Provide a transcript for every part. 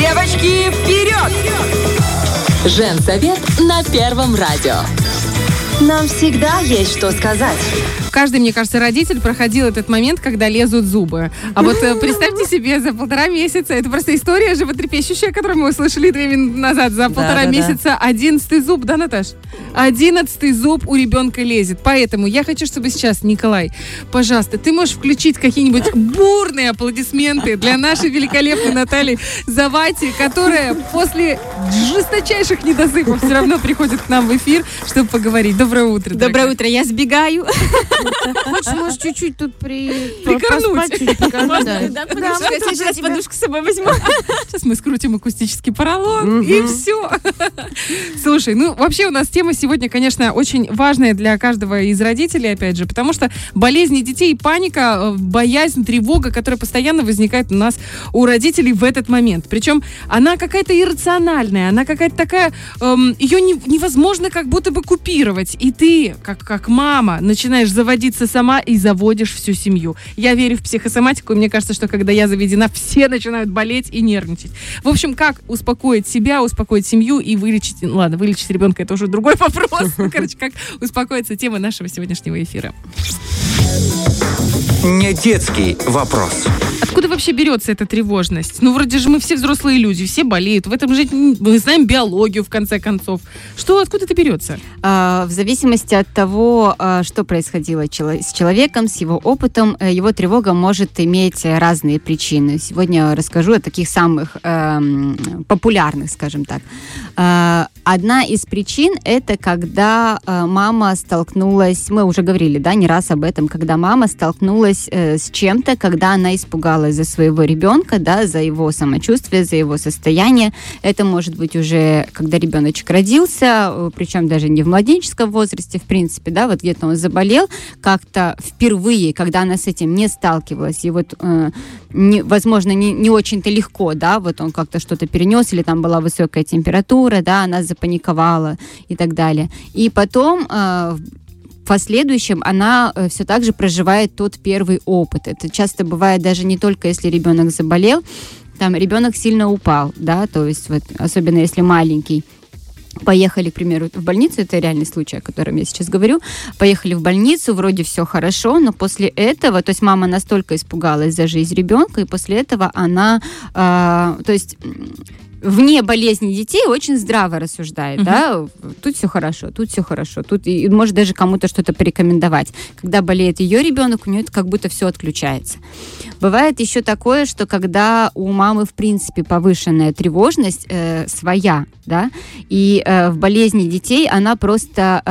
Девочки, вперед! Женсовет на Первом радио. Нам всегда есть что сказать. Каждый, мне кажется, родитель проходил этот момент, когда лезут зубы. А вот представьте себе, за 1,5 месяца, это просто история животрепещущая, которую мы услышали 2 минуты назад, за 1,5 месяца 11-й зуб, да, Наташ? 11-й зуб у ребенка лезет. Поэтому я хочу, чтобы сейчас, Николай, пожалуйста, ты можешь включить какие-нибудь бурные аплодисменты для нашей великолепной Натальи Завати, которая после жесточайших недосыпов все равно приходит к нам в эфир, чтобы поговорить. Доброе утро, дорогая. Доброе утро, я сбегаю. Можешь чуть-чуть тут прикорнуть. Сейчас подушку с собой возьму. Сейчас мы скрутим акустический поролон, и все. Слушай, вообще у нас тема сегодня, конечно, очень важная для каждого из родителей, опять же, потому что болезни детей, паника, боязнь, тревога, которая постоянно возникает у нас, у родителей в этот момент. Причем она какая-то иррациональная, она какая-то такая, ее невозможно как будто бы купировать. И ты, как мама, начинаешь заводиться сама и заводишь всю семью. Я верю в психосоматику, и мне кажется, что когда я заведена, все начинают болеть и нервничать. В общем, как успокоить себя, успокоить семью и вылечить... Ладно, вылечить ребенка — это уже другой вопрос. Короче, как успокоиться — тема нашего сегодняшнего эфира. Не детский вопрос. Откуда вообще берется эта тревожность? Вроде же мы все взрослые люди, все болеют. В этом же мы знаем биологию, в конце концов. Откуда это берется? В зависимости от того, что происходило с человеком, с его опытом, его тревога может иметь разные причины. Сегодня я расскажу о таких самых популярных, скажем так. Одна из причин – это когда мама столкнулась, мы уже говорили, да, не раз об этом, когда мама столкнулась с чем-то, когда она испугалась за своего ребенка, да, за его самочувствие, за его состояние. Это может быть уже, когда ребеночек родился, причем даже не в младенческом возрасте, в принципе, да, вот где-то он заболел как-то впервые, когда она с этим не сталкивалась, и возможно, не очень-то легко, да, вот он как-то что-то перенес, или там была высокая температура, да, она запаниковала и так далее. И потом... В последующем она все так же проживает тот первый опыт. Это часто бывает даже не только если ребенок заболел, там ребенок сильно упал, да, то есть особенно если маленький. Поехали, к примеру, в больницу, это реальный случай, о котором я сейчас говорю, поехали в больницу, вроде все хорошо, но после этого, то есть мама настолько испугалась за жизнь ребенка, и после этого она, вне болезни детей очень здраво рассуждает, да, тут все хорошо, тут и может даже кому-то что-то порекомендовать. Когда болеет ее ребенок, у нее это как будто все отключается. Бывает еще такое, что когда у мамы, в принципе, повышенная тревожность своя, да, и в болезни детей она просто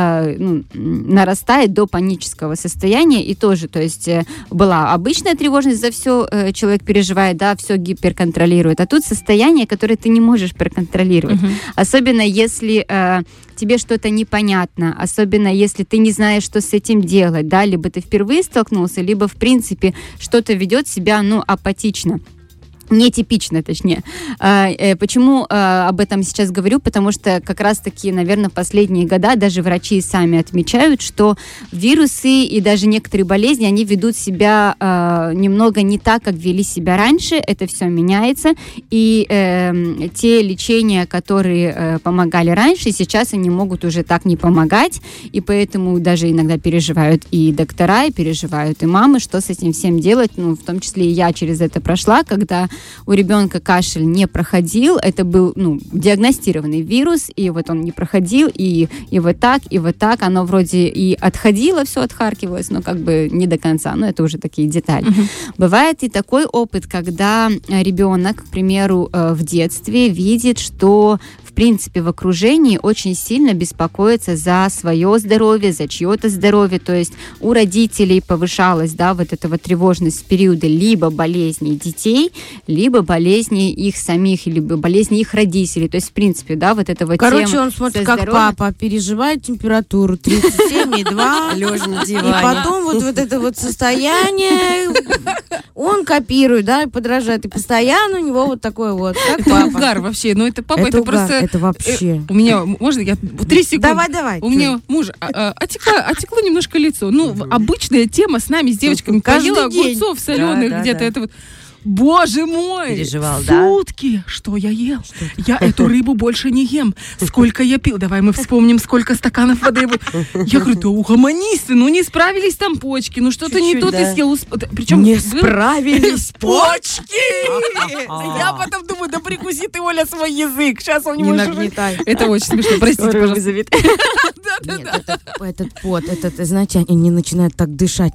нарастает до панического состояния, и тоже, то есть была обычная тревожность, за все человек переживает, да, все гиперконтролирует, а тут состояние, которое ты не можешь проконтролировать. Особенно если тебе что-то непонятно, особенно если ты не знаешь, что с этим делать, да, либо ты впервые столкнулся, либо, в принципе, что-то ведет себя, апатично. Нетипично, точнее. Почему об этом сейчас говорю? Потому что как раз-таки, наверное, последние года даже врачи сами отмечают, что вирусы и даже некоторые болезни, они ведут себя немного не так, как вели себя раньше. Это все меняется. И те лечения, которые помогали раньше, сейчас они могут уже так не помогать. И поэтому даже иногда переживают и доктора, и переживают и мамы, что с этим всем делать. В том числе и я через это прошла, когда у ребенка кашель не проходил, это был диагностированный вирус, и вот он не проходил, и вот так, оно вроде и отходило, все отхаркивалось, но как бы не до конца, это уже такие детали. Бывает и такой опыт, когда ребенок, к примеру, в детстве видит, что в принципе в окружении очень сильно беспокоится за свое здоровье, за чье-то здоровье, то есть у родителей повышалась, да, вот эта вот тревожность в периоды либо болезней детей, либо болезни их самих, либо болезни их родителей. То есть, в принципе, да, вот эта вот тема. Он смотрит, как папа переживает температуру 37,2. Лежа на диване. И потом вот это вот состояние он копирует, да, и подражает. И постоянно у него вот такой вот, как это папа. Угар вообще. Это папа, это угар, просто... Это вообще... У меня, можно я 3 секунды? Давай. У меня муж отекло немножко лицо. Обычная тема с нами, с девочками. Поела огурцов соленых где-то. Это вот... Боже мой! Переживал, да? Сутки! Что я ел? Я эту рыбу больше не ем. Сколько я пил? Давай мы вспомним, сколько стаканов воды. Я говорю, да угомонись ты, не справились там почки, что-то не то ты съел. Причем Не справились Я потом думаю, да прикуси ты, Оля, свой язык. Сейчас он Не нагнетай. Это очень смешно. Простите, пожалуйста. Нет, этот пот, знаете, они не начинают так дышать.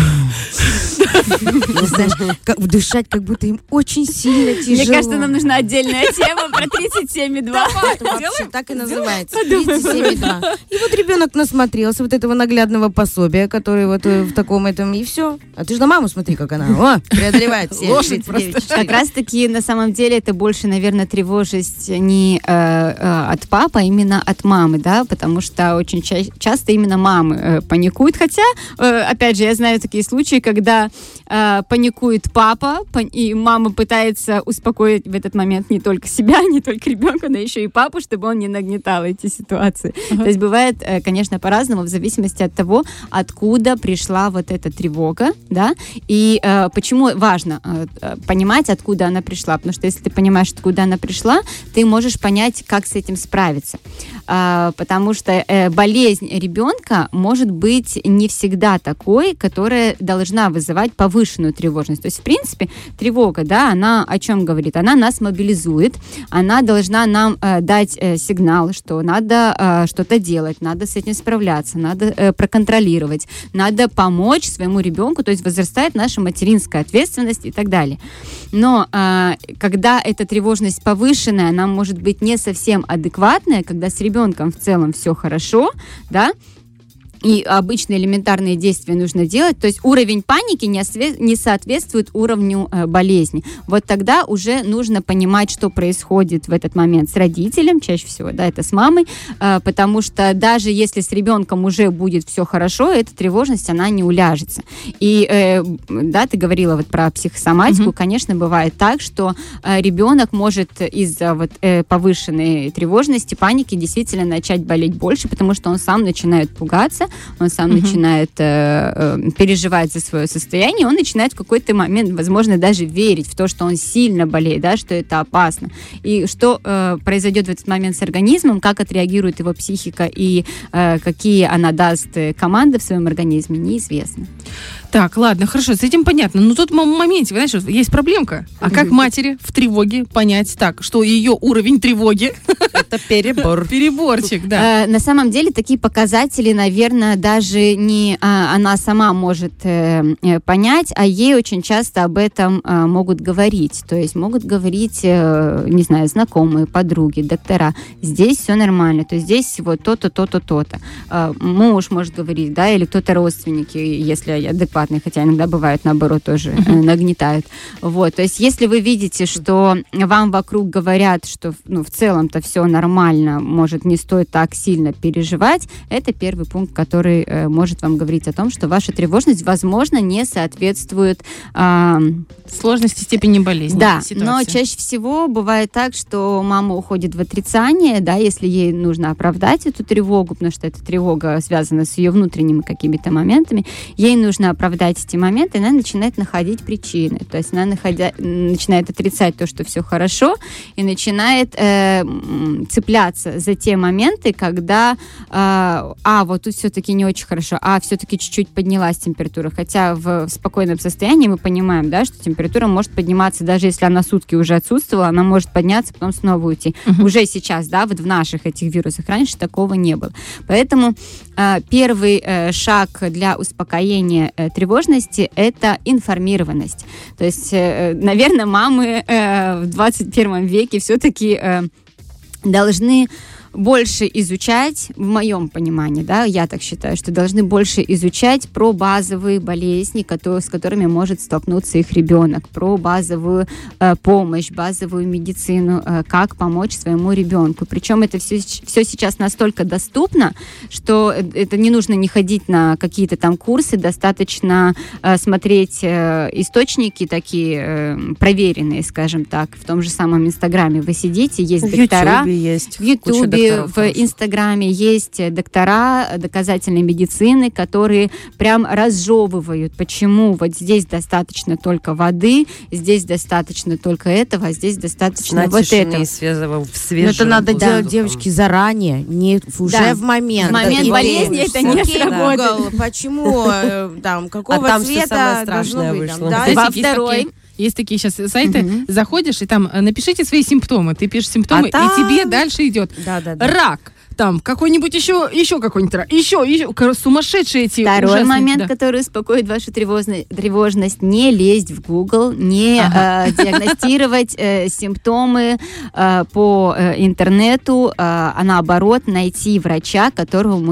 Знаешь, дышать, как будто им очень сильно тяжело. Мне кажется, нам нужна отдельная тема про 37,2. Вообще так и называется. 37,2. И вот ребенок насмотрелся вот этого наглядного пособия, который вот в таком этом, и все. А ты же на маму смотри, как она преодолевает все. Лошадь просто. Как раз-таки, на самом деле, это больше, наверное, тревожность не от папы, а именно от мамы, да, потому что очень часто именно мамы паникуют. Хотя, опять же, я знаю такие случаи, когда паникует папа, и мама пытается успокоить в этот момент не только себя, не только ребенка, но еще и папу, чтобы он не нагнетал эти ситуации. То есть бывает, конечно, по-разному, в зависимости от того, откуда пришла вот эта тревога, да, и почему важно понимать, откуда она пришла, потому что если ты понимаешь, откуда она пришла, ты можешь понять, как с этим справиться. Потому что болезнь ребенка может быть не всегда такой, которая должна вызывать повышенную тревожность. То есть, в принципе, тревога, да, она о чем говорит? Она нас мобилизует, она должна нам дать сигнал, что надо что-то делать, надо с этим справляться, надо проконтролировать, надо помочь своему ребенку, то есть возрастает наша материнская ответственность и так далее. Но когда эта тревожность повышенная, она может быть не совсем адекватная, когда с ребенком в целом все хорошо, да, и обычные элементарные действия нужно делать, то есть уровень паники не соответствует уровню болезни. Вот тогда уже нужно понимать, что происходит в этот момент с родителем, чаще всего, да, это с мамой, потому что даже если с ребенком уже будет все хорошо, эта тревожность, она не уляжется. И, да, ты говорила вот про психосоматику, конечно, бывает так, что ребенок может из-за вот повышенной тревожности, паники действительно начать болеть больше, потому что он сам начинает пугаться, он сам начинает переживать за свое состояние, он начинает в какой-то момент, возможно, даже верить в то, что он сильно болеет, да, что это опасно. И что произойдет в этот момент с организмом, как отреагирует его психика и какие она даст команды в своем организме, неизвестно. Так, ладно, хорошо, с этим понятно. Но тут в моменте, знаешь, есть проблемка. А как матери в тревоге понять так, что ее уровень тревоги... Это перебор. Переборчик, да. На самом деле такие показатели, наверное, даже не она сама может понять, а ей очень часто об этом могут говорить. То есть могут говорить, не знаю, знакомые, подруги, доктора. Здесь все нормально, то есть здесь вот то-то, то-то, то-то. Муж может говорить, да, или кто-то родственники, если адекватные, хотя иногда бывают, наоборот, тоже нагнетают. Вот, то есть если вы видите, что вам вокруг говорят, что в целом-то все нормально, может, не стоит так сильно переживать, это первый пункт, который может вам говорить о том, что ваша тревожность, возможно, не соответствует сложности степени болезни. Да, но чаще всего бывает так, что мама уходит в отрицание, да, если ей нужно оправдать эту тревогу, потому что эта тревога связана с ее внутренними какими-то моментами, ей нужно оправдать эти моменты, и она начинает находить причины. То есть она начинает отрицать то, что все хорошо, и начинает цепляться за те моменты, когда вот тут все-таки не очень хорошо, все-таки чуть-чуть поднялась температура. Хотя в спокойном состоянии мы понимаем, да, что температура может подниматься, даже если она сутки уже отсутствовала, она может подняться, потом снова уйти. Уже сейчас, да, вот в наших этих вирусах раньше такого не было. Поэтому первый шаг для успокоения тревожности – это информированность. То есть, наверное, мамы в 21 веке все-таки должны больше изучать, в моем понимании, да, я так считаю, что должны больше изучать про базовые болезни, с которыми может столкнуться их ребенок, про базовую помощь, базовую медицину, как помочь своему ребенку. Причем это все сейчас настолько доступно, что это не нужно не ходить на какие-то там курсы, достаточно смотреть источники такие проверенные, скажем так, в том же самом Инстаграме вы сидите, есть доктора. В Ютубе есть. В Ютубе в Инстаграме есть доктора доказательной медицины, которые прям разжевывают, почему вот здесь достаточно только воды, здесь достаточно только этого, а здесь достаточно вот этого. Это надо делать, девочки, заранее, не уже в момент. В момент болезни это не сработает. Почему, какого цвета должно быть? Во второй... Есть такие сейчас сайты, заходишь, и там напишите свои симптомы. Ты пишешь симптомы, и тебе дальше идет рак. Там какой-нибудь еще какой-нибудь рак, еще сумасшедшие эти Второй ужасные, момент, который успокоит вашу тревожность, не лезть в Google, не диагностировать симптомы по интернету, а наоборот найти врача, которому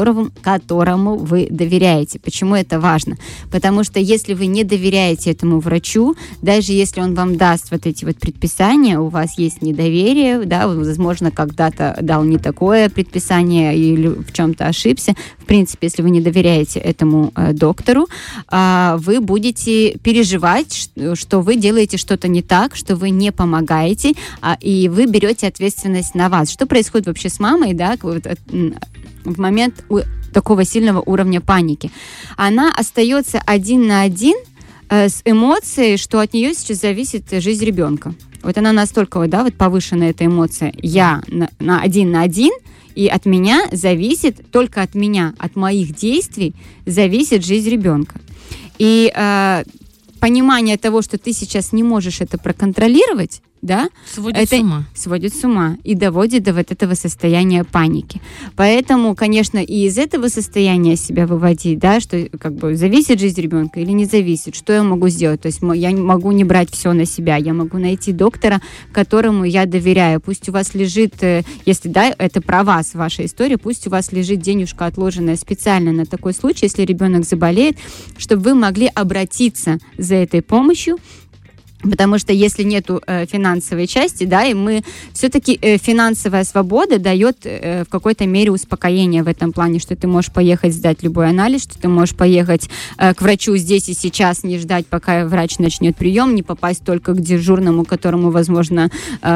вы доверяете. Почему это важно? Потому что если вы не доверяете этому врачу, даже если он вам даст вот эти вот предписания, у вас есть недоверие, да, возможно, когда-то дал не такое предписание или в чем-то ошибся. В принципе, если вы не доверяете этому доктору, вы будете переживать, что вы делаете что-то не так, что вы не помогаете, и вы берете ответственность на вас. Что происходит вообще с мамой, да, в момент такого сильного уровня паники? Она остается один на один с эмоцией, что от нее сейчас зависит жизнь ребенка. Вот она настолько повышенная, эта эмоция. Я на один, и от меня зависит, только от меня, от моих действий зависит жизнь ребенка. И понимание того, что ты сейчас не можешь это проконтролировать, да, сводит с ума и доводит до вот этого состояния паники. Поэтому, конечно, и из этого состояния себя выводить, да, что как бы зависит жизнь ребенка или не зависит, что я могу сделать. То есть я могу не брать все на себя, я могу найти доктора, которому я доверяю. Пусть у вас лежит, если да, это про вас, ваша история, пусть у вас лежит денежка, отложенная специально на такой случай, если ребенок заболеет, чтобы вы могли обратиться за этой помощью. Потому что если нету финансовой части, да, и мы все-таки финансовая свобода дает в какой-то мере успокоение в этом плане, что ты можешь поехать сдать любой анализ, что ты можешь поехать к врачу здесь и сейчас, не ждать, пока врач начнет прием, не попасть только к дежурному, которому, возможно,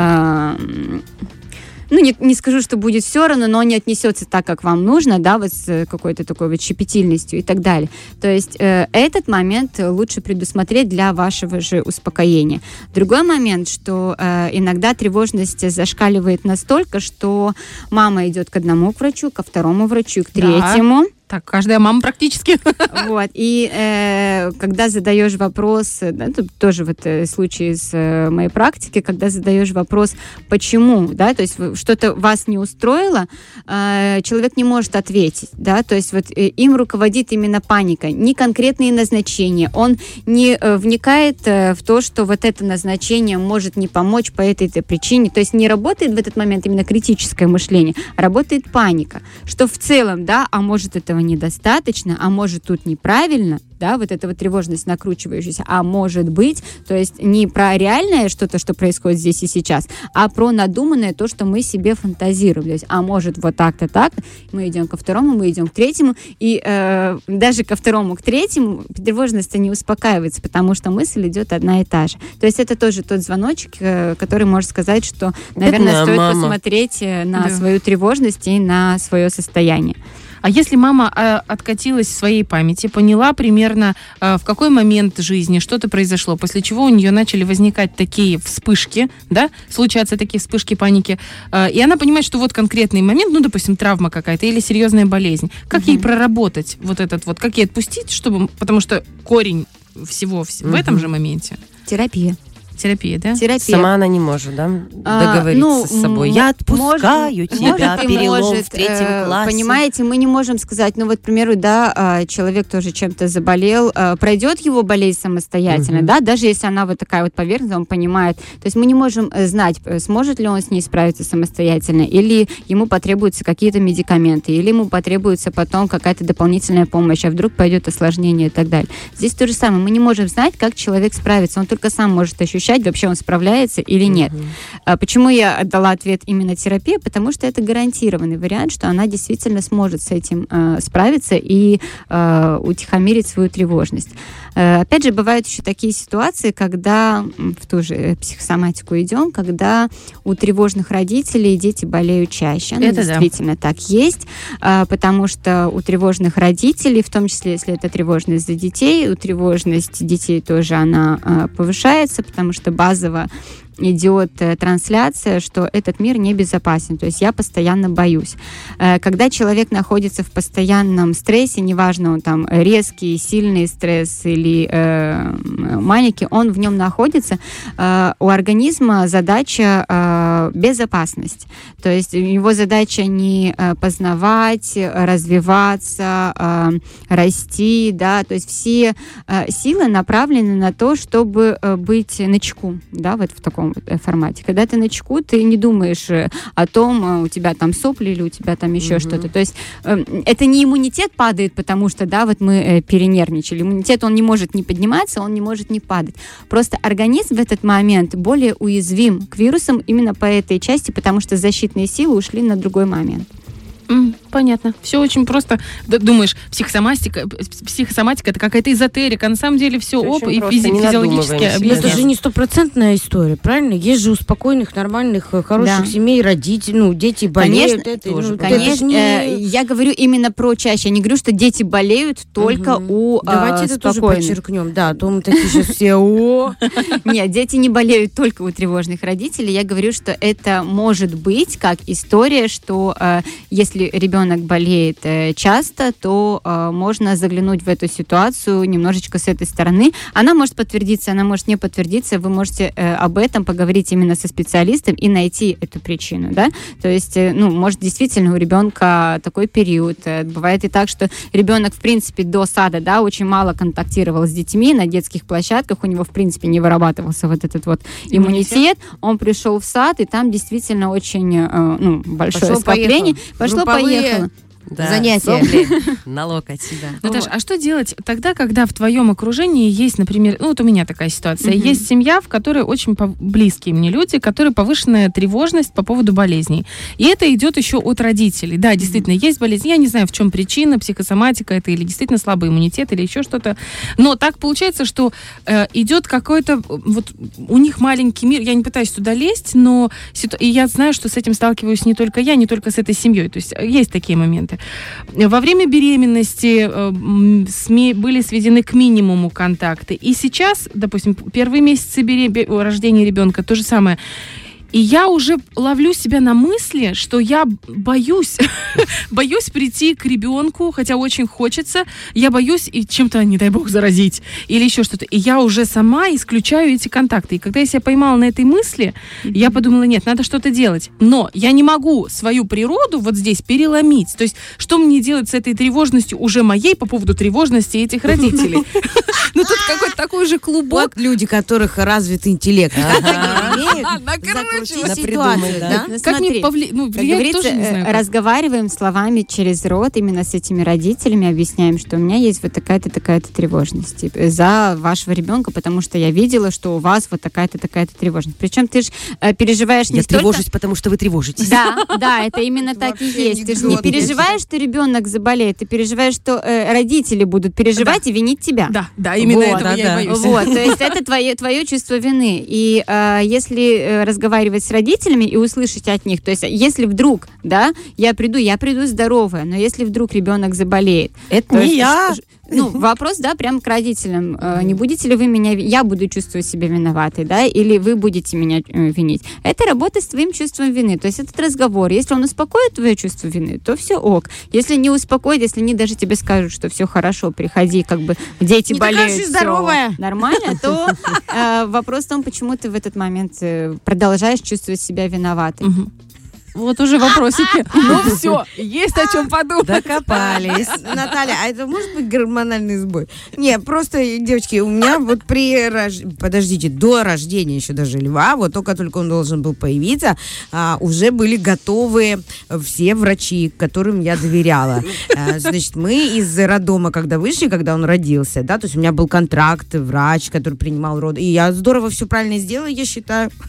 не скажу, что будет все равно, но он не отнесется так, как вам нужно, да, вот с какой-то такой вот щепетильностью и так далее. То есть этот момент лучше предусмотреть для вашего же успокоения. Другой момент, что иногда тревожность зашкаливает настолько, что мама идет к одному врачу, ко второму врачу, к третьему. Так, каждая мама практически. Вот. И когда задаешь вопрос, да, тут тоже вот случай из моей практики, когда задаешь вопрос, почему, да, то есть что-то вас не устроило, человек не может ответить, да, то есть вот им руководит именно паника, не конкретные назначения, он не вникает в то, что вот это назначение может не помочь по этой-то причине, то есть не работает в этот момент именно критическое мышление, а работает паника, что в целом, да, а может этого недостаточно, а может тут неправильно, да, вот эта вот тревожность накручивающаяся, а может быть, то есть не про реальное что-то, что происходит здесь и сейчас, а про надуманное то, что мы себе фантазируем, то есть, а может вот так-то, так-то, мы идем ко второму, мы идем к третьему, и даже ко второму, к третьему тревожность не успокаивается, потому что мысль идет одна и та же. То есть это тоже тот звоночек, который может сказать, что, наверное, стоит посмотреть на свою тревожность и на свое состояние. А если мама откатилась в своей памяти, поняла примерно, в какой момент жизни что-то произошло, после чего у нее начали возникать такие вспышки, да, случаться такие вспышки паники, и она понимает, что вот конкретный момент, ну, допустим, травма какая-то или серьезная болезнь, как ей проработать вот этот вот, как ей отпустить, чтобы, потому что корень всего в этом же моменте. Терапия, да? Терапия. Сама она не может, да, договориться с собой. Я отпускаю тебя, перелом в 3 классе. Понимаете, мы не можем сказать, ну вот, к примеру, да, человек тоже чем-то заболел, пройдет его болезнь самостоятельно, да, даже если она вот такая вот поверхностная, он понимает. То есть мы не можем знать, сможет ли он с ней справиться самостоятельно, или ему потребуются какие-то медикаменты, или ему потребуется потом какая-то дополнительная помощь, а вдруг пойдет осложнение и так далее. Здесь то же самое. Мы не можем знать, как человек справится. Он только сам может ощущать, вообще он справляется или нет. Почему я отдала ответ именно терапия? Потому что это гарантированный вариант, что она действительно сможет с этим справиться и утихомирить свою тревожность. Опять же, бывают еще такие ситуации, когда в ту же психосоматику идем, когда у тревожных родителей дети болеют чаще. Это действительно так есть, потому что у тревожных родителей, в том числе, если это тревожность за детей, у тревожности детей тоже она повышается, потому что базово идет трансляция, что этот мир небезопасен, то есть я постоянно боюсь. Когда человек находится в постоянном стрессе, неважно, он там резкий, сильный стресс или маленький, он в нем находится, у организма задача безопасность. То есть у него задача не познавать, развиваться, расти, да, то есть все силы направлены на то, чтобы быть начеку, да, вот в таком формате. Когда ты начеку, ты не думаешь о том, у тебя там сопли или у тебя там еще что-то. То есть это не иммунитет падает, потому что, да, вот мы перенервничали. Иммунитет, он не может не подниматься, он не может не падать. Просто организм в этот момент более уязвим к вирусам именно по этой части, потому что защитные силы ушли на другой момент. Понятно. Все очень просто. Думаешь, психосоматика это какая-то эзотерика. На самом деле все и физиологически объясняется. Это же не стопроцентная история, правильно? Есть же у спокойных, нормальных, хороших семей родители, дети болеют. Конечно, я говорю именно про чаще. Я не говорю, что дети болеют только у Давайте это тоже подчеркнем. Да, а то мы такие сейчас все Нет, дети не болеют только у тревожных родителей. Я говорю, что это может быть как история, что если ребенок болеет часто, то можно заглянуть в эту ситуацию немножечко с этой стороны. Она может подтвердиться, она может не подтвердиться. Вы можете об этом поговорить именно со специалистом и найти эту причину, да? То есть, может действительно у ребенка такой период. Бывает и так, что ребенок, в принципе, до сада, да, очень мало контактировал с детьми на детских площадках, у него, в принципе, не вырабатывался вот этот вот иммунитет. Он пришел в сад, и там действительно очень большое скопление. Пошло-поехало. Да, занятия. На локоть. Наташа, а что делать тогда, когда в твоем окружении есть, например, вот у меня такая ситуация, есть семья, в которой очень близкие мне люди, которые повышенная тревожность по поводу болезней. И это идет еще от родителей. Да, действительно, есть болезнь. Я не знаю, в чем причина, психосоматика это или действительно слабый иммунитет, или еще что-то. Но так получается, что идет какой-то, вот у них маленький мир, я не пытаюсь туда лезть, но и я знаю, что с этим сталкиваюсь не только я, не только с этой семьей. То есть есть такие моменты. Во время беременности были сведены к минимуму контакты. И сейчас, допустим, первые месяцы рождения ребенка то же самое. И я уже ловлю себя на мысли, что я боюсь прийти к ребенку, хотя очень хочется. Я боюсь и чем-то, не дай бог, заразить. Или еще что-то. И я уже сама исключаю эти контакты. И когда я себя поймала на этой мысли, я подумала, нет, надо что-то делать. Но я не могу свою природу вот здесь переломить. То есть, что мне делать с этой тревожностью уже моей по поводу тревожности этих родителей? Ну, тут какой-то такой же клубок. Вот люди, которых развит интеллект. Как они умеют ситуацию, да? Как мне повлиять, тоже не знаю. Разговариваем словами через рот именно с этими родителями, объясняем, что у меня есть вот такая-то, такая-то тревожность за вашего ребенка, потому что я видела, что у вас вот такая-то, такая-то тревожность. Причем ты же переживаешь не столько... Я тревожусь, потому что вы тревожитесь. Да, это именно так и есть. Ты же не переживаешь, что ребенок заболеет, ты переживаешь, что родители будут переживать и винить тебя. Да, именно этого я и боюсь. Вот, то есть это твое чувство вины. И если разговаривать с родителями и услышать от них, то есть если вдруг, да, я приду здоровая, но если вдруг ребенок заболеет... Это не я! Вопрос, да, прям к родителям. Не будете ли вы меня... Я буду чувствовать себя виноватой, да, или вы будете меня винить. Это работа с твоим чувством вины. То есть этот разговор, если он успокоит твое чувство вины, то все ок. Если не успокоит, если они даже тебе скажут, что все хорошо, приходи, как бы дети болеют, все здоровая. Нормально, то вопрос в том, почему ты в этот момент продолжаешь чувствовать себя виноватой. Вот уже вопросики. Ну все, есть о чем подумать. Докопались. Наталья, а это может быть гормональный сбой? Не, просто, девочки, у меня вот подождите, до рождения еще даже льва, вот только он должен был появиться, уже были готовы все врачи, которым я доверяла. Значит, мы из роддома, когда вышли, когда он родился, да, то есть у меня был контракт, врач, который принимал роды, и я здорово все правильно сделала, я считаю.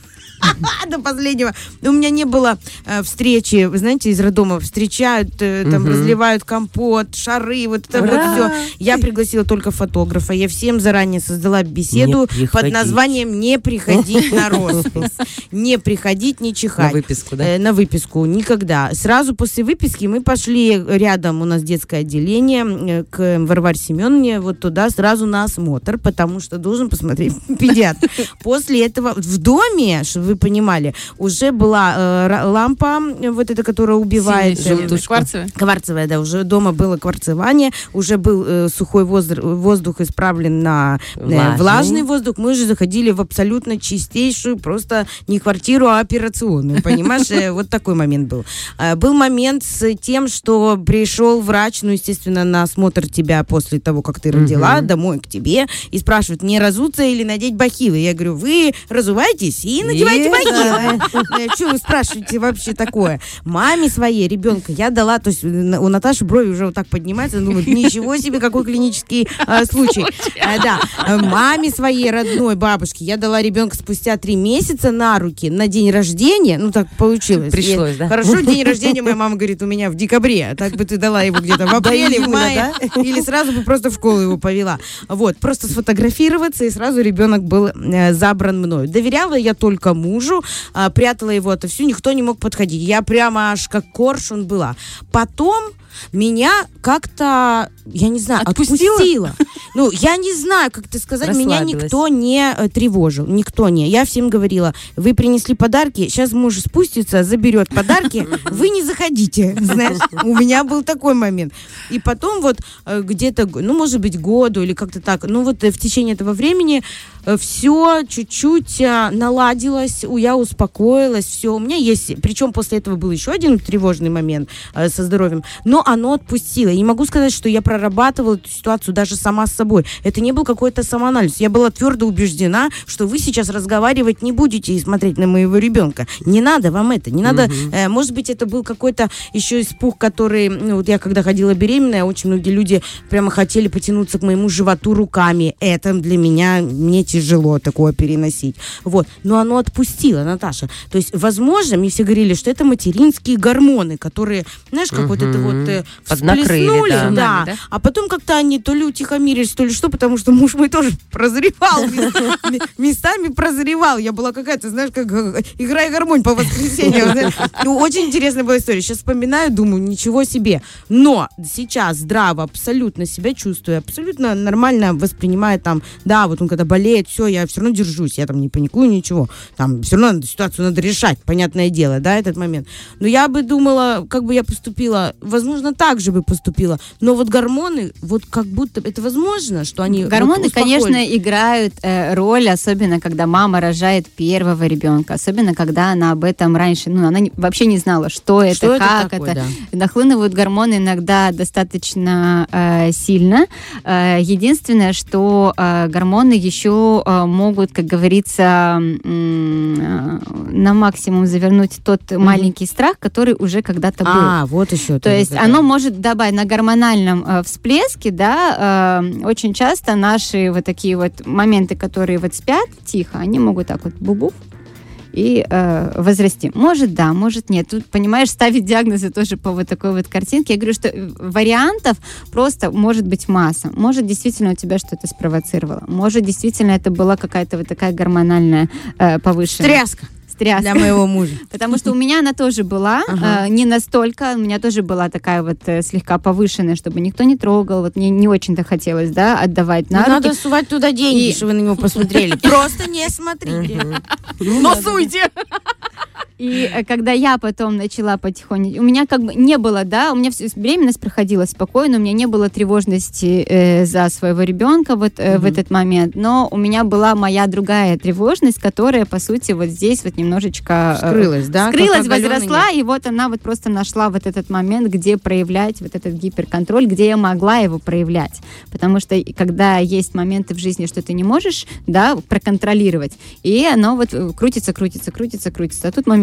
До последнего. У меня не было встречи, вы знаете, из роддома встречают, там разливают компот, шары, вот это вот все. Я пригласила только фотографа. Я всем заранее создала беседу под названием «Не приходить на роспись». Не приходить, не чихать. На выписку, да? На выписку, никогда. Сразу после выписки мы пошли рядом, у нас детское отделение, к Варваре Семеновне, вот туда сразу на осмотр, потому что должен посмотреть педиатр. После этого в доме, чтобы вы понимали, уже была лампа, вот эта, которая убивает. Кварцевая, да, уже дома было кварцевание, уже был сухой воздух исправлен на влажный воздух. Мы же заходили в абсолютно чистейшую, просто не квартиру, а операционную, понимаешь? Вот такой момент был. Был момент с тем, что пришел врач, естественно, на осмотр тебя после того, как ты родила, домой к тебе, и спрашивает, не разуться или надеть бахилы. Я говорю, вы разуваетесь и надевайте бахилы. Что вы спрашиваете вообще такое? Маме своей ребенка я дала, то есть у Наташи брови уже вот так поднимаются, она думает, ничего себе, какой клинический случай. Да, маме своей родной бабушке я дала ребенка спустя 3 месяца на руки на день рождения, так получилось. Пришлось, да? Хорошо, день рождения моя мама говорит, у меня в декабре, так бы ты дала его где-то в апреле, в мае, или сразу бы просто в школу его повела. Вот, просто сфотографироваться, и сразу ребенок был забран мною. Доверяла я только мужу, прятала его отовсюду, никто не мог подходить. Я прямо аж как коршун была. Потом меня как-то, я не знаю, отпустила. Я не знаю, как это сказать, меня никто не тревожил, никто не. Я всем говорила, вы принесли подарки, сейчас муж спустится, заберет подарки, вы не заходите, знаешь. У меня был такой момент. И потом вот где-то, может быть, году или как-то так, в течение этого времени все чуть-чуть наладилось, я успокоилась, все. У меня есть, причем после этого был еще один тревожный момент со здоровьем, но оно отпустило. И не могу сказать, что я прорабатывала эту ситуацию даже сама с собой. Это не был какой-то самоанализ. Я была твердо убеждена, что вы сейчас разговаривать не будете и смотреть на моего ребенка. Не надо вам это. Не надо. Может быть, это был какой-то еще испуг, который... я когда ходила беременная, очень многие люди прямо хотели потянуться к моему животу руками. Это для меня, мне тяжело такое переносить. Вот. Но оно отпустило, Наташа. То есть, возможно, мне все говорили, что это материнские гормоны, которые, знаешь, как вот это вот всплеснули, да. А потом как-то они то ли утихомирились, то ли что, потому что муж мой тоже прозревал, местами прозревал. Я была какая-то, знаешь, как игра и гармонь по воскресеньям. Очень интересная была история. Сейчас вспоминаю, думаю, ничего себе. Но сейчас здраво абсолютно себя чувствую, абсолютно нормально воспринимаю там, да, вот он когда болеет, все, я все равно держусь, я там не паникую, ничего. Там все равно ситуацию надо решать, понятное дело, да, этот момент. Но я бы думала, как бы я поступила, возможно, так же бы поступила. Но вот гормоны, вот как будто это возможно, что они... Гормоны, конечно, играют роль, особенно когда мама рожает первого ребенка, особенно когда она об этом раньше, она вообще не знала, что это, как такое, это. Да. Нахлынывают гормоны иногда достаточно сильно. Единственное, что гормоны еще могут, как говорится, на максимум завернуть тот маленький страх, который уже когда-то был. Вот еще. То есть оно может добавить на гормональном всплеске, да, очень часто наши вот такие вот моменты, которые вот спят тихо, они могут так вот бубух и возрасти. Может, да, может, нет. Тут, понимаешь, ставить диагнозы тоже по вот такой вот картинке. Я говорю, что вариантов просто может быть масса. Может, действительно у тебя что-то спровоцировало. Может, действительно это была какая-то вот такая гормональная повышенная. Тряска. Для моего мужа. Потому что у меня она тоже была, не настолько, у меня тоже была такая вот слегка повышенная, чтобы никто не трогал, вот мне не очень-то хотелось, да, отдавать на руки. Надо сувать туда деньги, чтобы вы на него посмотрели. Просто не смотрите. Но суйте! И когда я потом начала потихоньку, у меня как бы не было, да, у меня беременность проходила спокойно, у меня не было тревожности за своего ребенка вот в этот момент, но у меня была моя другая тревожность, которая, по сути, вот здесь вот немножечко... Скрылась, да? Скрылась, возросла, и вот она вот просто нашла вот этот момент, где проявлять вот этот гиперконтроль, где я могла его проявлять. Потому что когда есть моменты в жизни, что ты не можешь, да, проконтролировать, и оно вот крутится. А тут момент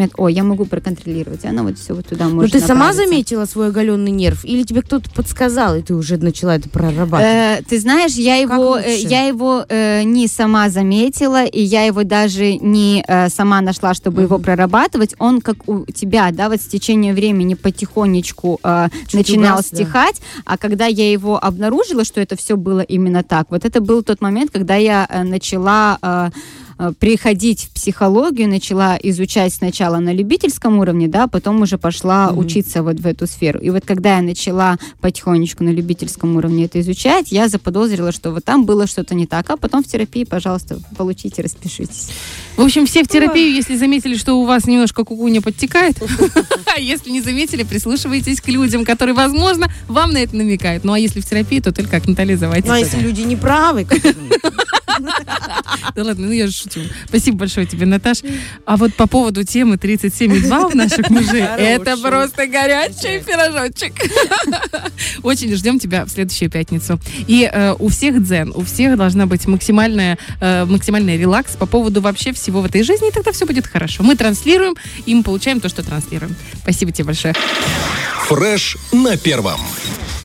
думает, я могу проконтролировать, и она вот все вот туда может Но ты сама заметила свой оголенный нерв? Или тебе кто-то подсказал, и ты уже начала это прорабатывать? Ты знаешь, я его не сама заметила, и я его даже не сама нашла, чтобы его прорабатывать. Он, как у тебя, да, вот с течением времени потихонечку начинал стихать, а когда я его обнаружила, что это все было именно так, вот это был тот момент, когда я начала приходить в психологию, начала изучать сначала на любительском уровне, да, потом уже пошла учиться вот в эту сферу. И вот когда я начала потихонечку на любительском уровне это изучать, я заподозрила, что вот там было что-то не так, а потом в терапии, пожалуйста, получите, распишитесь. В общем, все в терапию, если заметили, что у вас немножко кукуня подтекает, а если не заметили, прислушивайтесь к людям, которые, возможно, вам на это намекают. Ну, а если в терапии, то только как Наталья Завадьева. Ну, а если люди неправы, Да ладно, я же шучу. Спасибо большое тебе, Наташ. А вот по поводу темы 37,2 у наших мужей, это просто горячий пирожочек. Очень ждем тебя в следующую пятницу. И у всех дзен, у всех должна быть максимальный релакс по поводу вообще всего в этой жизни, и тогда все будет хорошо. Мы транслируем, и мы получаем то, что транслируем. Спасибо тебе большое. Фреш на первом.